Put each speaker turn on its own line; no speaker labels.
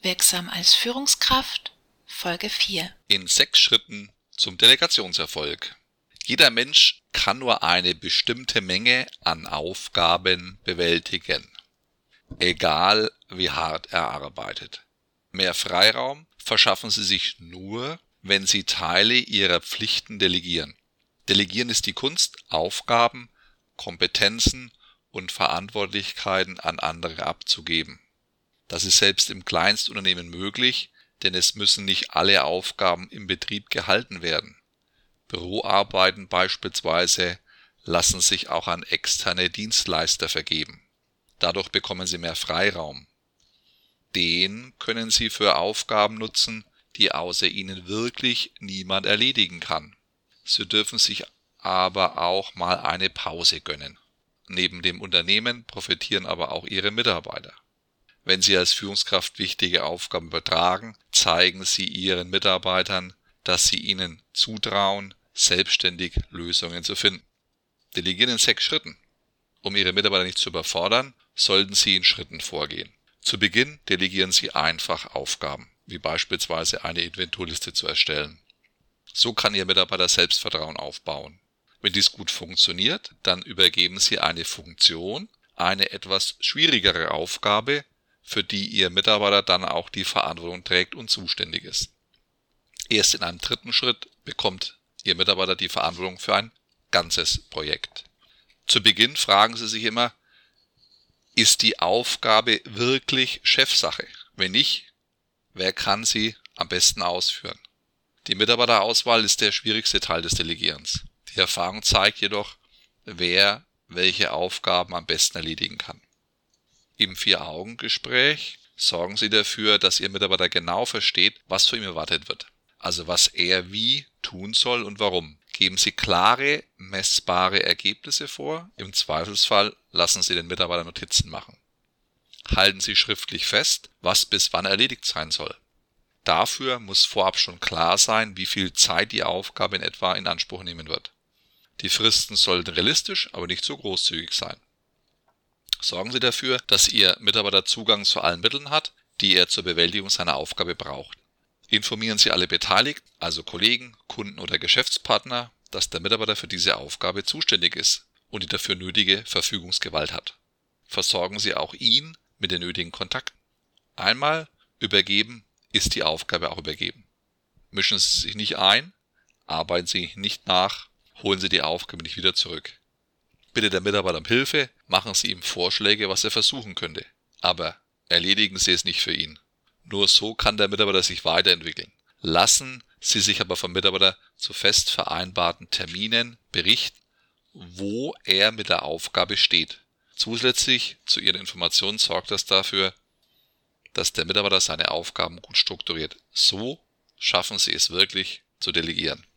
Wirksam als Führungskraft, Folge 4.
In 6 Schritten zum Delegationserfolg. Jeder Mensch kann nur eine bestimmte Menge an Aufgaben bewältigen, egal wie hart er arbeitet. Mehr Freiraum verschaffen Sie sich nur, wenn Sie Teile Ihrer Pflichten delegieren. Delegieren ist die Kunst, Aufgaben, Kompetenzen und Verantwortlichkeiten an andere abzugeben. Das ist selbst im Kleinstunternehmen möglich, denn es müssen nicht alle Aufgaben im Betrieb gehalten werden. Büroarbeiten beispielsweise lassen sich auch an externe Dienstleister vergeben. Dadurch bekommen Sie mehr Freiraum. Den können Sie für Aufgaben nutzen, die außer Ihnen wirklich niemand erledigen kann. Sie dürfen sich aber auch mal eine Pause gönnen. Neben dem Unternehmen profitieren aber auch Ihre Mitarbeiter. Wenn Sie als Führungskraft wichtige Aufgaben übertragen, zeigen Sie Ihren Mitarbeitern, dass Sie ihnen zutrauen, selbstständig Lösungen zu finden. Delegieren in 6 Schritten. Um Ihre Mitarbeiter nicht zu überfordern, sollten Sie in Schritten vorgehen. Zu Beginn delegieren Sie einfach Aufgaben, wie beispielsweise eine Inventurliste zu erstellen. So kann Ihr Mitarbeiter Selbstvertrauen aufbauen. Wenn dies gut funktioniert, dann übergeben Sie eine Funktion, eine etwas schwierigere Aufgabe, für die Ihr Mitarbeiter dann auch die Verantwortung trägt und zuständig ist. Erst in einem 3. Schritt bekommt Ihr Mitarbeiter die Verantwortung für ein ganzes Projekt. Zu Beginn fragen Sie sich immer, ist die Aufgabe wirklich Chefsache? Wenn nicht, wer kann sie am besten ausführen? Die Mitarbeiterauswahl ist der schwierigste Teil des Delegierens. Die Erfahrung zeigt jedoch, wer welche Aufgaben am besten erledigen kann. Im 4-Augen-Gespräch sorgen Sie dafür, dass Ihr Mitarbeiter genau versteht, was von ihm erwartet wird. Also was er wie tun soll und warum. Geben Sie klare, messbare Ergebnisse vor. Im Zweifelsfall lassen Sie den Mitarbeiter Notizen machen. Halten Sie schriftlich fest, was bis wann erledigt sein soll. Dafür muss vorab schon klar sein, wie viel Zeit die Aufgabe in etwa in Anspruch nehmen wird. Die Fristen sollten realistisch, aber nicht zu großzügig sein. Sorgen Sie dafür, dass Ihr Mitarbeiter Zugang zu allen Mitteln hat, die er zur Bewältigung seiner Aufgabe braucht. Informieren Sie alle Beteiligten, also Kollegen, Kunden oder Geschäftspartner, dass der Mitarbeiter für diese Aufgabe zuständig ist und die dafür nötige Verfügungsgewalt hat. Versorgen Sie auch ihn mit den nötigen Kontakten. Einmal übergeben ist die Aufgabe auch übergeben. Mischen Sie sich nicht ein, arbeiten Sie nicht nach, holen Sie die Aufgabe nicht wieder zurück. Bitte der Mitarbeiter um Hilfe, machen Sie ihm Vorschläge, was er versuchen könnte. Aber erledigen Sie es nicht für ihn. Nur so kann der Mitarbeiter sich weiterentwickeln. Lassen Sie sich aber vom Mitarbeiter zu fest vereinbarten Terminen berichten, wo er mit der Aufgabe steht. Zusätzlich zu Ihren Informationen sorgt das dafür, dass der Mitarbeiter seine Aufgaben gut strukturiert. So schaffen Sie es wirklich zu delegieren.